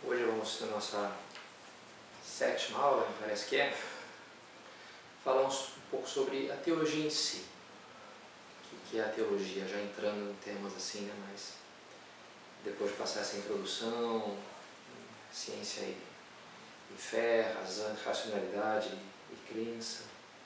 Hoje vamos, na nossa sétima aula, me parece que é, falar um pouco sobre a teologia em si. O que é a teologia? Já entrando em temas assim, né, mas depois de passar essa introdução, ciência e fé, razão, racionalidade e crença.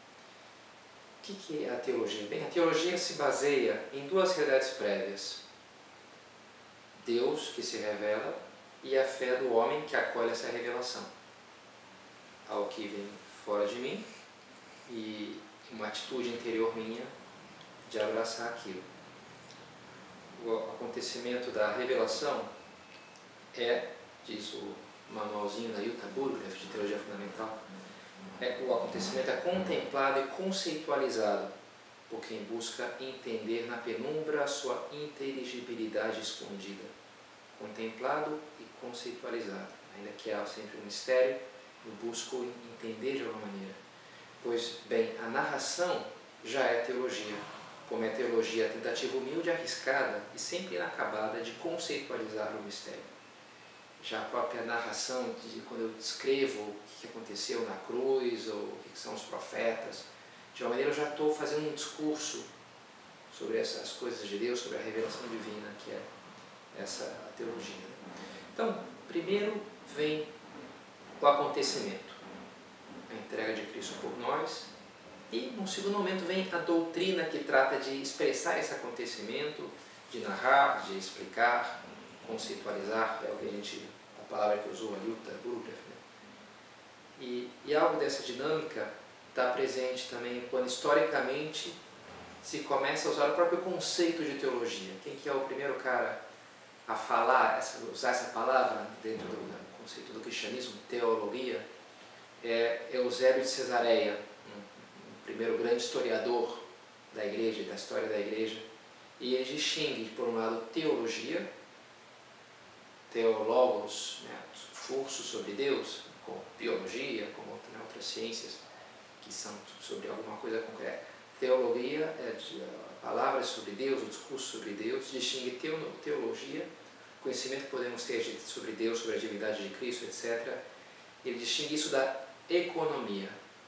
O que é a teologia? Bem, a teologia se baseia em duas realidades prévias. Deus, que se revela, e a fé do homem que acolhe essa revelação. Algo que vem fora de mim e uma atitude interior minha de abraçar aquilo. O acontecimento da revelação é, diz o manualzinho da Jutta Burgreff de Teologia Fundamental, o acontecimento é contemplado e conceitualizado por quem busca entender na penumbra a sua inteligibilidade escondida. Contemplado e conceitualizado. Ainda que há sempre um mistério, eu busco entender de alguma maneira. Pois, bem, a narração já é teologia. Como é teologia, a tentativa humilde, arriscada e sempre inacabada de conceitualizar o mistério. Já a própria narração, quando eu descrevo o que aconteceu na cruz, ou o que são os profetas, de uma maneira eu já estou fazendo um discurso sobre essas coisas de Deus, sobre a revelação divina, que é essa a teologia. Então, primeiro vem o acontecimento, a entrega de Cristo por nós, e no segundo momento vem a doutrina que trata de expressar esse acontecimento, de narrar, de explicar, conceitualizar, é o que a palavra que usou a Jutta Burgreff, né? E algo dessa dinâmica está presente também quando historicamente se começa a usar o próprio conceito de teologia. Quem que é o primeiro cara a falar, usar essa palavra dentro do conceito do cristianismo, teologia, é Eusébio de Cesareia, um primeiro grande historiador da igreja, da história da igreja, e ele distingue, por um lado, teologia, teólogos, né, curso sobre Deus, como biologia, como outras ciências que são sobre alguma coisa concreta. Teologia é palavras sobre Deus, o discurso sobre Deus, distingue teologia, conhecimento que podemos ter sobre Deus, sobre a divindade de Cristo, etc. Ele distingue isso da economia.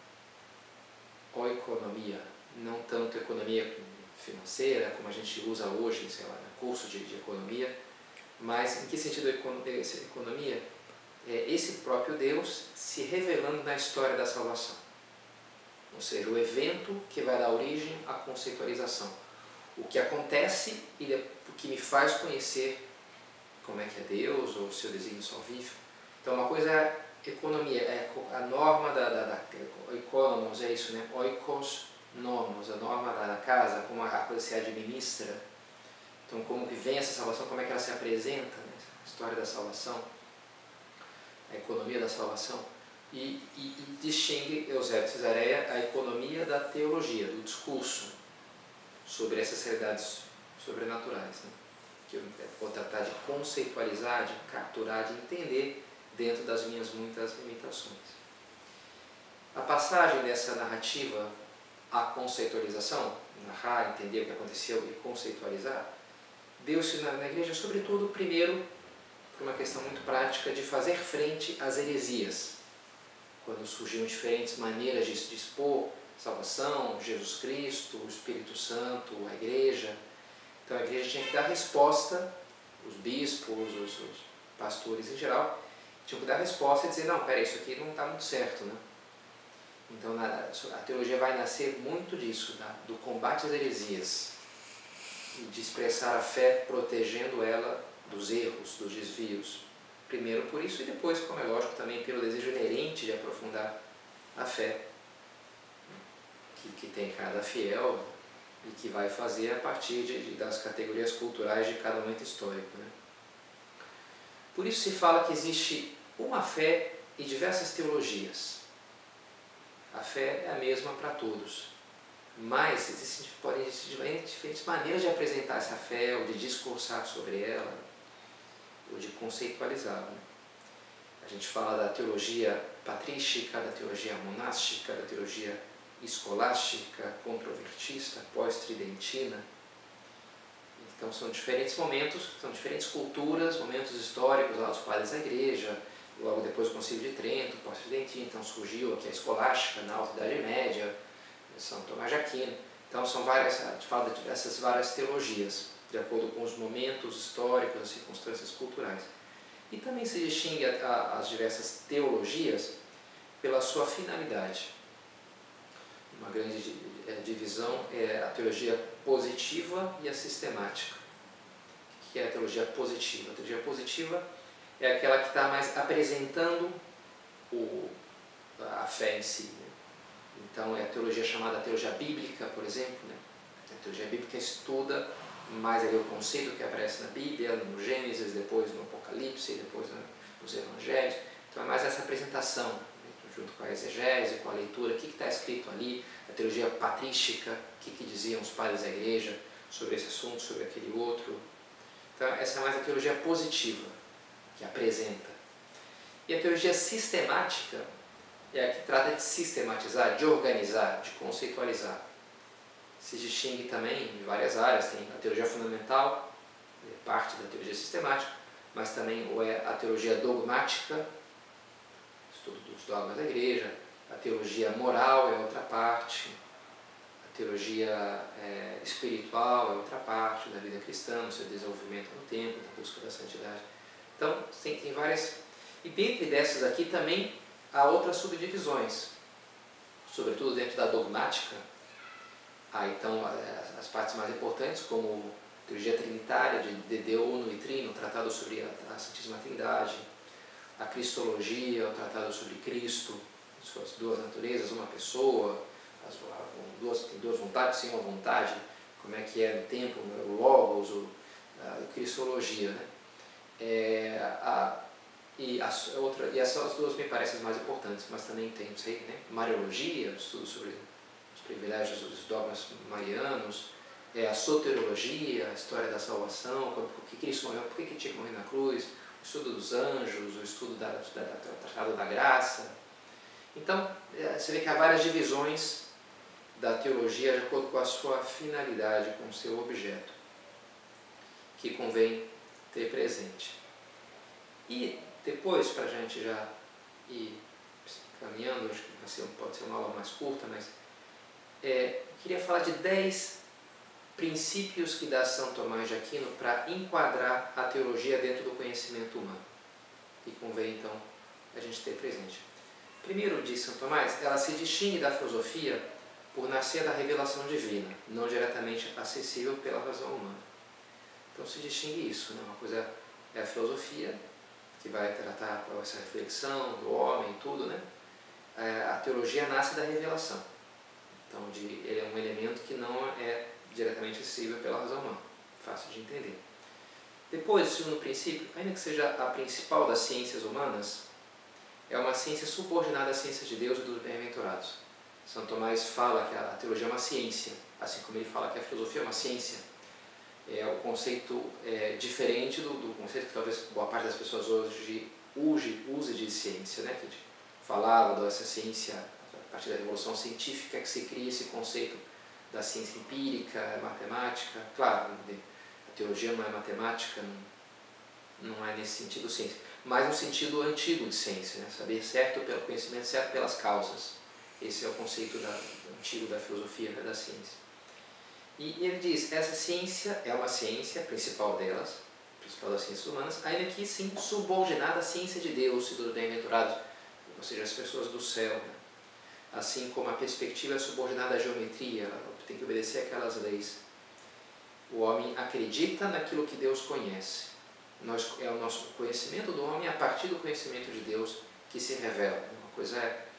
Oikonomia, não tanto economia financeira, como a gente usa hoje, sei lá, no curso de economia, mas em que sentido economia? É esse próprio Deus se revelando na história da salvação. Ou seja, o evento que vai dar origem à conceitualização. O que acontece e o que me faz conhecer como é que é Deus ou o seu desígnio salvífico. Então, uma coisa é economia, é a norma da oikonomos, é isso, né? Oikos nomos, a norma da casa, como a coisa se administra. Então, como que vem essa salvação, como é que ela se apresenta, né? A história da salvação, a economia da salvação. E distingue Eusébio de Cesareia a economia da teologia, do discurso sobre essas realidades sobrenaturais, né? Que eu vou tratar de conceitualizar, de capturar, de entender dentro das minhas muitas limitações. A passagem dessa narrativa à conceitualização, narrar, entender o que aconteceu e conceitualizar, deu-se na igreja, sobretudo, primeiro, por uma questão muito prática de fazer frente às heresias. Quando surgiram diferentes maneiras de expor salvação, Jesus Cristo, o Espírito Santo, a igreja. Então a igreja tinha que dar resposta, os bispos, os pastores em geral, tinham que dar resposta e dizer, não, peraí, isso aqui não está muito certo, né? Então a teologia vai nascer muito disso, do combate às heresias, de expressar a fé protegendo ela dos erros, dos desvios. Primeiro por isso e depois, como é lógico, também pelo desejo inerente de aprofundar a fé que tem cada fiel e que vai fazer a partir das categorias culturais de cada momento histórico, né? Por isso se fala que existe uma fé e diversas teologias. A fé é a mesma para todos, mas podem existir diferentes maneiras de apresentar essa fé, ou de discursar sobre ela, ou de conceitualizá-la, né? A gente fala da teologia patrística, da teologia monástica, da teologia escolástica, controvertista, pós-tridentina. Então são diferentes momentos, são diferentes culturas, momentos históricos lá dos padres da igreja, logo depois do Concílio de Trento, pós-tridentino, então surgiu aqui a escolástica na Alta Idade Média, São Tomás de Aquino. Então são várias, a gente fala dessas várias teologias, de acordo com os momentos históricos, as circunstâncias culturais. E também se distingue as diversas teologias pela sua finalidade. Uma grande divisão é a teologia positiva e a sistemática. O que é a teologia positiva? A teologia positiva é aquela que está mais apresentando a fé em si, né? Então é a teologia chamada teologia bíblica, por exemplo, né? A teologia bíblica estuda mais ali o conceito que aparece na Bíblia, no Gênesis, depois no Apocalipse, depois nos Evangelhos. Então é mais essa apresentação, né? Junto com a exegese, com a leitura, o que está escrito ali, a teologia patrística, o que diziam os padres da igreja sobre esse assunto, sobre aquele outro. Então essa é mais a teologia positiva, que apresenta. E a teologia sistemática é a que trata de sistematizar, de organizar, de conceitualizar. Se distingue também em várias áreas, tem a teologia fundamental, parte da teologia sistemática, mas também a teologia dogmática, estudo dos dogmas da igreja, a teologia moral é outra parte, a teologia espiritual é outra parte da vida cristã, no seu desenvolvimento no tempo, na busca da santidade. Então, tem várias... E dentro dessas aqui também há outras subdivisões, sobretudo dentro da dogmática. Há então as partes mais importantes, como a teologia trinitária, de Deus Uno e Trino, o tratado sobre a Santíssima Trindade, a Cristologia, o tratado sobre Cristo, suas duas naturezas, uma pessoa, tem duas vontades, sim, uma vontade, como é que é no tempo, o Logos, a Cristologia, né? E essas duas me parecem as mais importantes, mas também tem, não sei, né? Mariologia, estudo sobre os privilégios dos dogmas marianos, a soteriologia, a história da salvação, por que Cristo morreu, por que tinha que morrer na cruz, o estudo dos anjos, o estudo do tratado da graça. Então, você vê que há várias divisões da teologia de acordo com a sua finalidade, com o seu objeto, que convém ter presente. E depois, para a gente já ir caminhando, acho que pode ser uma aula mais curta, mas queria falar de 10 princípios que dá São Tomás de Aquino para enquadrar a teologia dentro do conhecimento humano, e convém então a gente ter presente. Primeiro, diz São Tomás, ela se distingue da filosofia por nascer da revelação divina, não diretamente acessível pela razão humana. Então se distingue isso, né? Uma coisa é a filosofia, que vai tratar essa reflexão do homem e tudo, né? A teologia nasce da revelação. Então ele é um elemento que não é diretamente acessível pela razão humana, fácil de entender. Depois, o segundo princípio, ainda que seja a principal das ciências humanas, é uma ciência subordinada à ciência de Deus e dos bem-aventurados. São Tomás fala que a teologia é uma ciência, assim como ele fala que a filosofia é uma ciência. O conceito diferente do conceito que talvez boa parte das pessoas hoje use de ciência, né? Que falava dessa ciência, a partir da revolução científica, que se cria esse conceito da ciência empírica, matemática. Claro, a teologia não é matemática, não é nesse sentido ciência, mas no sentido antigo de ciência, né? Saber certo pelo conhecimento, certo pelas causas. Esse é o conceito antigo da filosofia, da ciência. E ele diz, essa ciência é uma ciência, a principal delas, a principal das ciências humanas, ainda que sim subordinada à ciência de Deus e dos bem-aventurados, ou seja, as pessoas do céu, né? Assim como a perspectiva é subordinada à geometria, ela tem que obedecer aquelas leis. O homem acredita naquilo que Deus conhece. É o nosso conhecimento do homem a partir do conhecimento de Deus que se revela. Uma coisa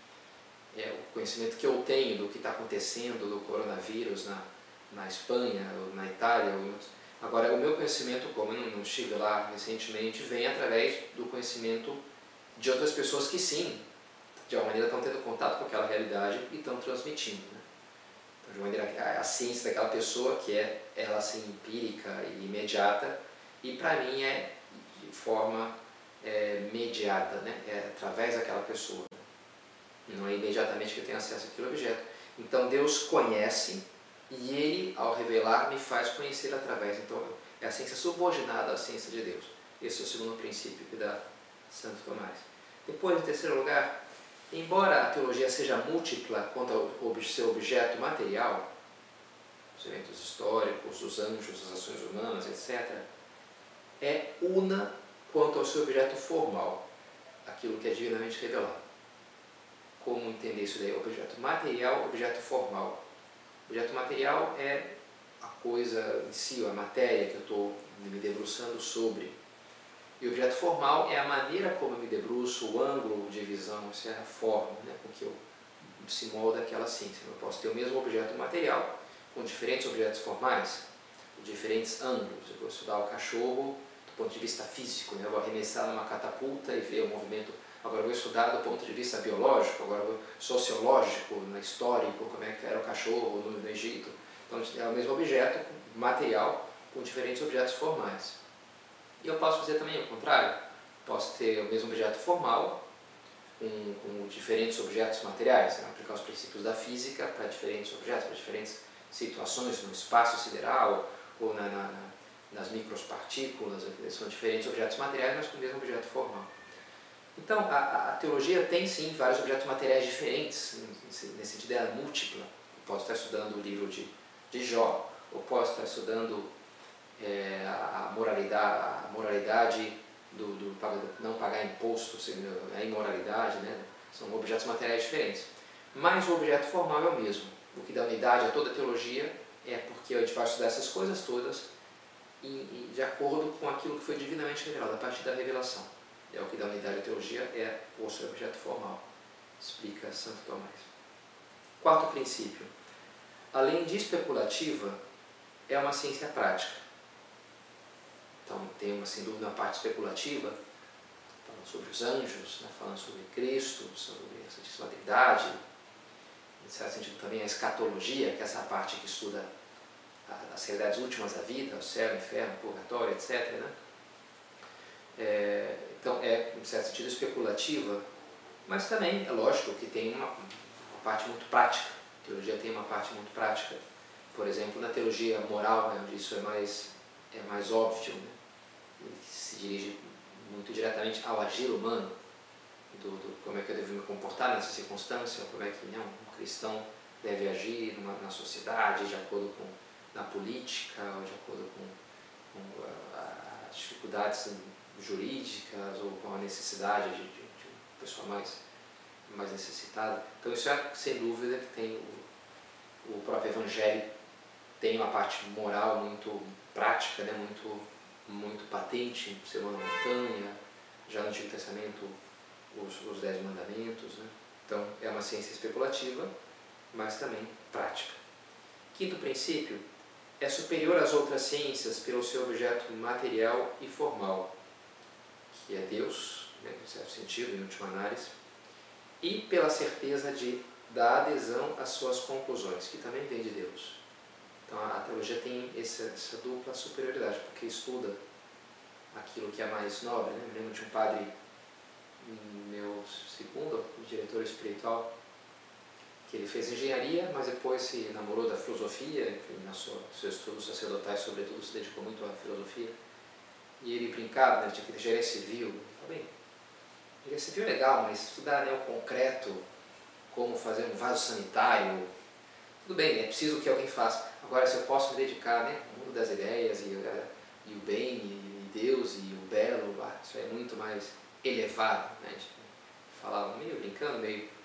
é o conhecimento que eu tenho do que está acontecendo, do coronavírus na Espanha, ou na Itália. Agora, o meu conhecimento, como eu não estive lá recentemente, vem através do conhecimento de outras pessoas que sim, de alguma maneira estão tendo contato com aquela realidade e estão transmitindo, né? Então, de uma maneira, a ciência daquela pessoa, que é ela assim empírica e imediata, e para mim é de forma mediada, né? É através daquela pessoa. Não é imediatamente que eu tenho acesso àquele objeto. Então Deus conhece e Ele, ao revelar, me faz conhecer através. Então É a ciência subordinada à ciência de Deus. Esse é o segundo princípio que dá Santo Tomás. Depois, em terceiro lugar, embora a teologia seja múltipla quanto ao seu objeto material, os eventos históricos, os anjos, as ações humanas, etc., é una quanto ao seu objeto formal, aquilo que é divinamente revelado. Como entender isso daí? Objeto material, objeto formal. Objeto material é a coisa em si, a matéria que eu estou me debruçando sobre. E o objeto formal é a maneira como eu me debruço, o ângulo de visão, essa é a forma, né, com que eu se molda aquela ciência. Eu posso ter o mesmo objeto material com diferentes objetos formais, diferentes ângulos. Eu vou estudar o cachorro do ponto de vista físico, né? Eu vou arremessar numa catapulta e ver o movimento. Agora eu vou estudar do ponto de vista biológico, agora eu vou sociológico, histórico, como é que era o cachorro no Egito. Então é o mesmo objeto material com diferentes objetos formais. E eu posso fazer também o contrário. Posso ter o mesmo objeto formal com diferentes objetos materiais, né? Aplicar os princípios da física para diferentes objetos, para diferentes situações no espaço sideral ou nas micropartículas. São diferentes objetos materiais, mas com o mesmo objeto formal. Então, a teologia tem sim vários objetos materiais diferentes, nesse sentido ela é múltipla. Eu posso estar estudando o livro de Jó, ou posso estar estudando a moralidade do não pagar imposto, a imoralidade, né? São objetos materiais diferentes. Mas o objeto formal é o mesmo. O que dá unidade a toda a teologia é porque a gente vai estudar essas coisas todas de acordo com aquilo que foi divinamente revelado, a partir da revelação. É o que dá unidade à teologia, é o seu objeto formal, explica Santo Tomás. Quarto princípio. Além de especulativa, é uma ciência prática. Então, tem, sem dúvida, uma parte especulativa, falando sobre os anjos, né, falando sobre Cristo, sobre a Santíssima Trindade, em certo sentido também a escatologia, que é essa parte que estuda as realidades últimas da vida, o céu, o inferno, o purgatório, etc., né? Então, em certo sentido, especulativa, mas também é lógico que tem uma parte muito prática. A teologia tem uma parte muito prática. Por exemplo, na teologia moral, né, onde isso é mais óbvio, né? Ele se dirige muito diretamente ao agir humano, como é que eu devo me comportar nessa circunstância, como é que um cristão deve agir na sociedade, de acordo com na política, ou de acordo com as dificuldades jurídicas ou com a necessidade de uma pessoa mais necessitada. Então isso é sem dúvida que tem o próprio Evangelho tem uma parte moral muito prática, né, muito patente, ser uma montanha, já no Antigo Testamento os 10 mandamentos, né? Então é uma ciência especulativa, mas também prática. Quinto princípio, é superior às outras ciências pelo seu objeto material e formal, que é Deus, né, em certo sentido, em última análise, e pela certeza da adesão às suas conclusões, que também vem de Deus. Então a teologia tem essa dupla superioridade, porque estuda aquilo que é mais nobre, né? Me lembro de um padre, meu segundo diretor espiritual, que ele fez engenharia, mas depois se namorou da filosofia, enfim, seus estudos sacerdotais, sobretudo, se dedicou muito à filosofia. E ele brincava, né, tinha que ter engenharia civil. Tá bem, engenharia civil é legal, mas estudar, né, o concreto, como fazer um vaso sanitário, tudo bem, é preciso que alguém faça. Agora, se eu posso me dedicar, né, ao mundo das ideias, e o bem, e Deus, e o belo, isso é muito mais elevado, né? A gente falava meio brincando,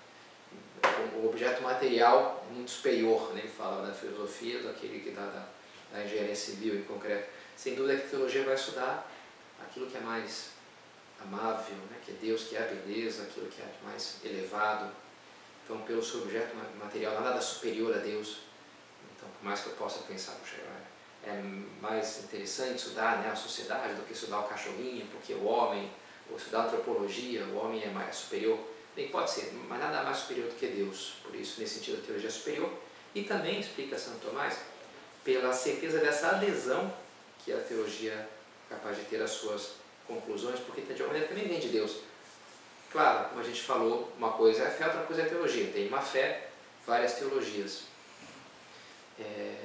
o objeto material é muito superior, né? Ele falava da filosofia do aquele que da engenharia civil em concreto. Sem dúvida que a teologia vai estudar aquilo que é mais amável, né? Que é Deus, que é a beleza, aquilo que é mais elevado. Então, pelo seu objeto material, nada superior a Deus. Então, por mais que eu possa pensar, puxa, é mais interessante estudar, né, a sociedade do que estudar o cachorrinho, porque o homem, ou estudar antropologia, o homem é mais superior. Bem, pode ser, mas nada mais superior do que Deus. Por isso, nesse sentido, a teologia é superior. E também, explica Santo Tomás, pela certeza dessa adesão que a teologia é capaz de ter às suas conclusões, porque de alguma maneira também vem de Deus. Claro, como a gente falou, uma coisa é a fé, outra coisa é a teologia. Tem uma fé, várias teologias.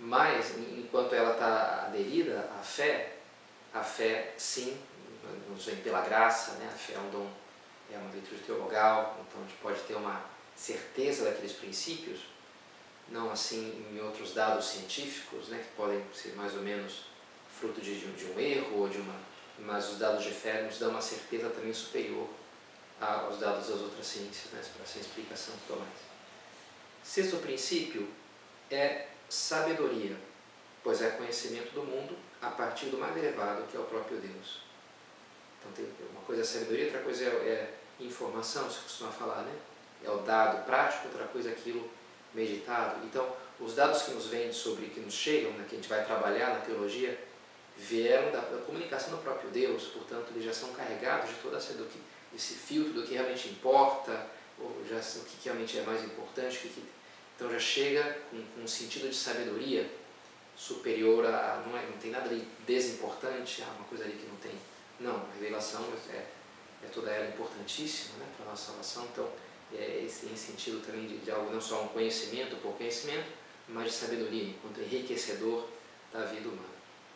Mas, enquanto ela está aderida à fé, a fé, sim, nos vem pela graça, né? A fé é um dom, é uma virtude teologal, então a gente pode ter uma certeza daqueles princípios, não assim em outros dados científicos, né? Que podem ser mais ou menos fruto de um erro, ou mas os dados de fé nos dão uma certeza também superior aos dados das outras ciências, né? Para essa explicação e tudo mais. Sexto princípio é sabedoria, pois é conhecimento do mundo a partir do mais elevado, que é o próprio Deus. Então, tem uma coisa é sabedoria, outra coisa é informação, se costuma falar, né? É o dado prático, outra coisa é aquilo meditado. Então, os dados que nos vêm que nos chegam, né, que a gente vai trabalhar na teologia, vieram da comunicação do próprio Deus, portanto, eles já são carregados de toda esse filtro do que realmente importa, ou já o que realmente é mais importante, então já chega com um sentido de sabedoria superior não tem nada ali desimportante, uma coisa ali que não tem. Não, a revelação é toda ela importantíssima, né, para a nossa salvação. Então, esse sentido também de algo, não só um conhecimento por conhecimento, mas de sabedoria, enquanto enriquecedor da vida humana.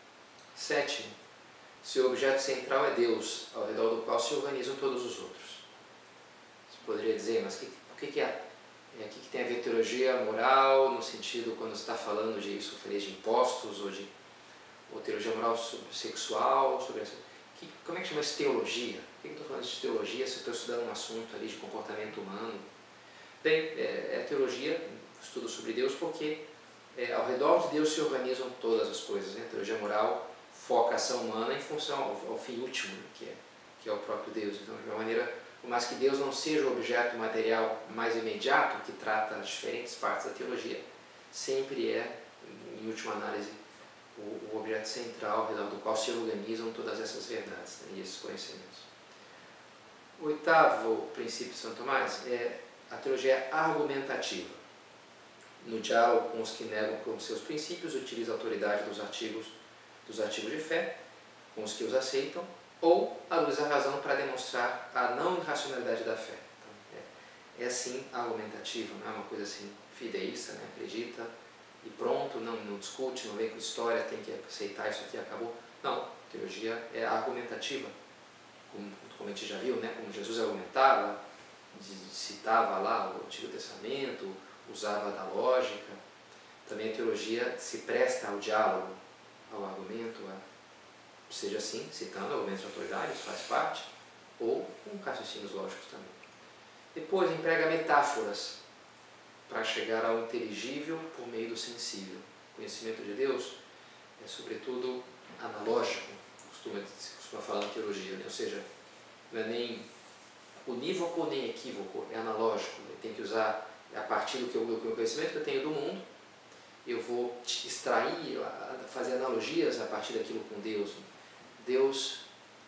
Sétimo, seu objeto central é Deus, ao redor do qual se organizam todos os outros. Você poderia dizer, mas o que é? O que tem a ver teologia moral, no sentido quando você está falando de sofrer de impostos, ou teologia moral sexual, sobre essa. Como é que chama isso teologia? Por que eu estou falando de teologia se eu estou estudando um assunto ali de comportamento humano? Bem, teologia, estudo sobre Deus, porque ao redor de Deus se organizam todas as coisas, né? A teologia moral foca a ação humana em função ao fim último, que é o próprio Deus. Então, de uma maneira, por mais que Deus não seja o objeto material mais imediato que trata as diferentes partes da teologia, sempre em última análise, o objeto central ao redor do qual se organizam todas essas verdades, né, e esses conhecimentos. O oitavo princípio de São Tomás é a teologia argumentativa. No diálogo com os que negam com seus princípios, utiliza a autoridade dos artigos de fé, com os que os aceitam, ou a luz da razão para demonstrar a não irracionalidade da fé. Então, assim argumentativa, não é uma coisa assim fideísta, né? Acredita e pronto, não discute, não vem com história, tem que aceitar isso aqui, acabou. Não, teologia é argumentativa, como a gente já viu, né? Como Jesus argumentava, citava lá o Antigo Testamento, usava da lógica. Também a teologia se presta ao diálogo, ao argumento, seja assim, citando argumentos de autoridade, isso faz parte, ou com raciocínios lógicos também. Depois emprega metáforas para chegar ao inteligível por meio do sensível. O conhecimento de Deus é sobretudo analógico, se costuma falar na teologia, né? Ou seja, não é nem unívoco nem equívoco, é analógico. Ele tem que usar, a partir do conhecimento que eu tenho do mundo, eu vou extrair, fazer analogias a partir daquilo com Deus. Deus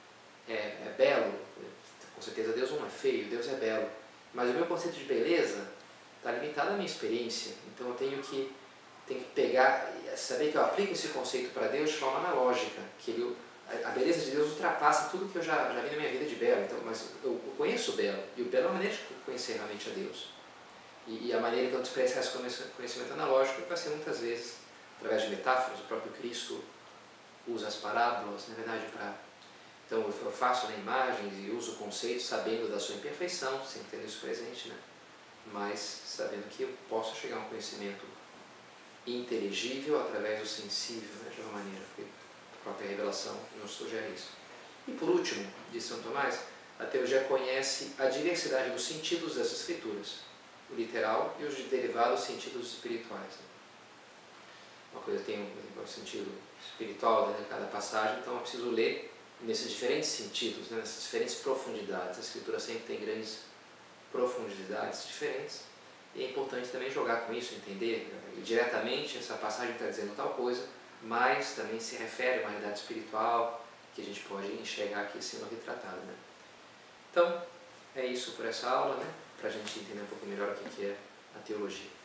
é belo, com certeza Deus não é feio, Deus é belo, mas o meu conceito de beleza está limitado à minha experiência, então eu tenho que pegar, saber que eu aplico esse conceito para Deus de forma analógica, que a beleza de Deus ultrapassa tudo que eu já vi na minha vida de belo, então, mas eu conheço o belo, e o belo é uma maneira de conhecer realmente a Deus. E a maneira que eu expressar esse conhecimento analógico vai ser muitas vezes através de metáforas. O próprio Cristo usa as parábolas, na verdade, então eu faço imagens e uso conceitos sabendo da sua imperfeição, sempre tendo isso presente, né? Mas sabendo que eu posso chegar a um conhecimento inteligível através do sensível, né? De uma maneira, porque a própria revelação nos sugere isso. E por último, diz São Tomás, a teologia conhece a diversidade dos sentidos das Escrituras, o literal e os derivados sentidos espirituais. Uma coisa tem um sentido espiritual de cada passagem, então eu preciso ler nesses diferentes sentidos, né, nessas diferentes profundidades. A Escritura sempre tem grandes profundidades diferentes, e é importante também jogar com isso, entender diretamente essa passagem está dizendo tal coisa, mas também se refere a uma realidade espiritual que a gente pode enxergar aqui sendo retratada, né? Então, é isso por essa aula, né? Para a gente entender um pouco melhor o que é a teologia.